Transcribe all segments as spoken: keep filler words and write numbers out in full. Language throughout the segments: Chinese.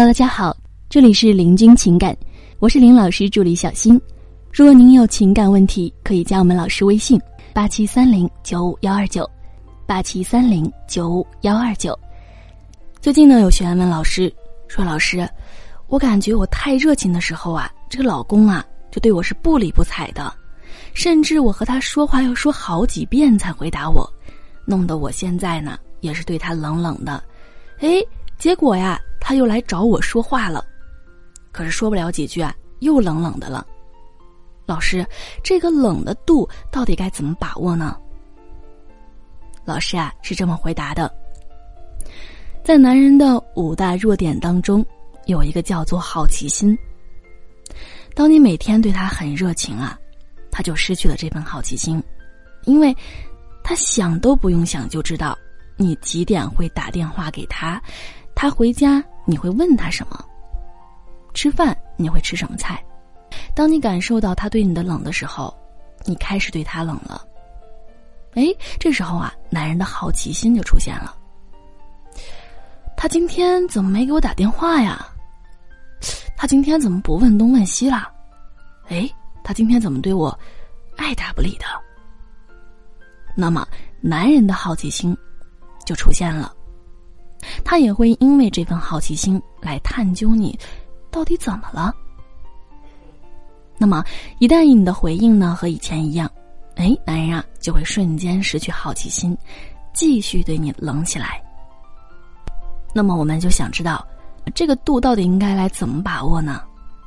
大家好，这里是林君情感，我是林老师助理小新。如果您有情感问题，可以加我们老师微信八七三零九五幺二九，八七三零九五幺二九。最近呢，有学员问老师说，老师，我感觉我太热情的时候啊，这个老公啊就对我是不理不睬的，甚至我和他说话要说好几遍才回答我，弄得我现在呢也是对他冷冷的。诶，结果呀他又来找我说话了，可是说不了几句啊又冷冷的了。老师，这个冷的度到底该怎么把握呢？老师啊是这么回答的，在男人的五大弱点当中，有一个叫做好奇心。当你每天对他很热情啊，他就失去了这份好奇心，因为他想都不用想就知道你几点会打电话给他，他回家你会问他什么，吃饭你会吃什么菜。当你感受到他对你的冷的时候，你开始对他冷了。诶，这时候啊，男人的好奇心就出现了。他今天怎么没给我打电话呀？他今天怎么不问东问西了？诶，他今天怎么对我爱答不理的？那么男人的好奇心就出现了，他也会因为这份好奇心来探究你到底怎么了。那么一旦你的回应呢和以前一样，哎，男人啊就会瞬间失去好奇心，继续对你冷起来。那么我们就想知道这个度到底应该来怎么把握呢？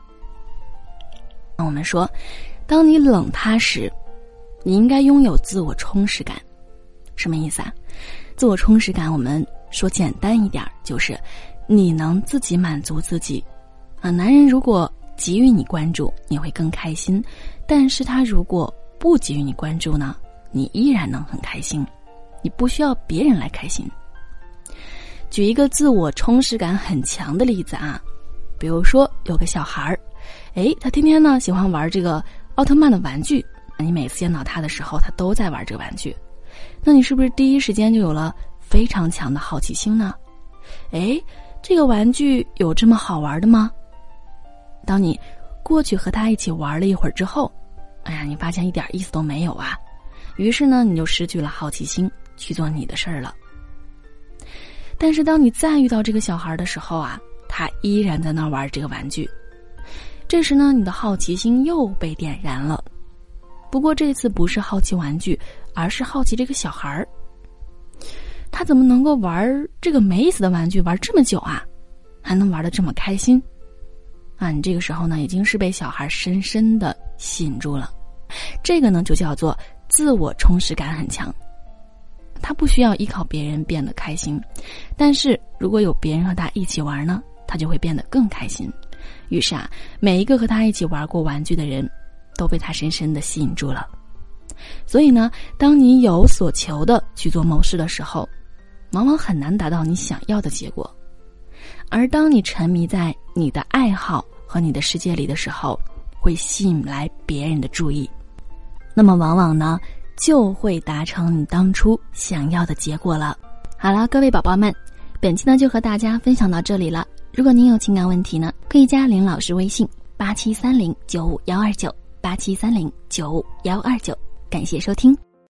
那我们说，当你冷他时，你应该拥有自我充实感。什么意思啊？自我充实感我们说简单一点，就是你能自己满足自己啊。男人如果给予你关注，你会更开心，但是他如果不给予你关注呢，你依然能很开心，你不需要别人来开心。举一个自我充实感很强的例子啊，比如说有个小孩儿，诶，他天天呢喜欢玩这个奥特曼的玩具，你每次见到他的时候，他都在玩这个玩具，那你是不是第一时间就有了非常强的好奇心呢？诶，这个玩具有这么好玩的吗？当你过去和他一起玩了一会儿之后，哎呀，你发现一点意思都没有啊，于是呢你就失去了好奇心去做你的事儿了。但是当你再遇到这个小孩的时候啊，他依然在那玩这个玩具，这时呢你的好奇心又被点燃了，不过这次不是好奇玩具，而是好奇这个小孩，他怎么能够玩这个没意思的玩具玩这么久啊，还能玩得这么开心啊？你这个时候呢已经是被小孩深深的吸引住了，这个呢就叫做自我充实感很强。他不需要依靠别人变得开心，但是如果有别人和他一起玩呢，他就会变得更开心。于是啊，每一个和他一起玩过玩具的人都被他深深的吸引住了。所以呢，当你有所求的去做某事的时候，往往很难达到你想要的结果。而当你沉迷在你的爱好和你的世界里的时候，会吸引来别人的注意，那么往往呢就会达成你当初想要的结果了。好了，各位宝宝们，本期呢就和大家分享到这里了。如果您有情感问题呢，可以加林老师微信八七三零九五幺二九，八七三零九五幺二九。感谢收听。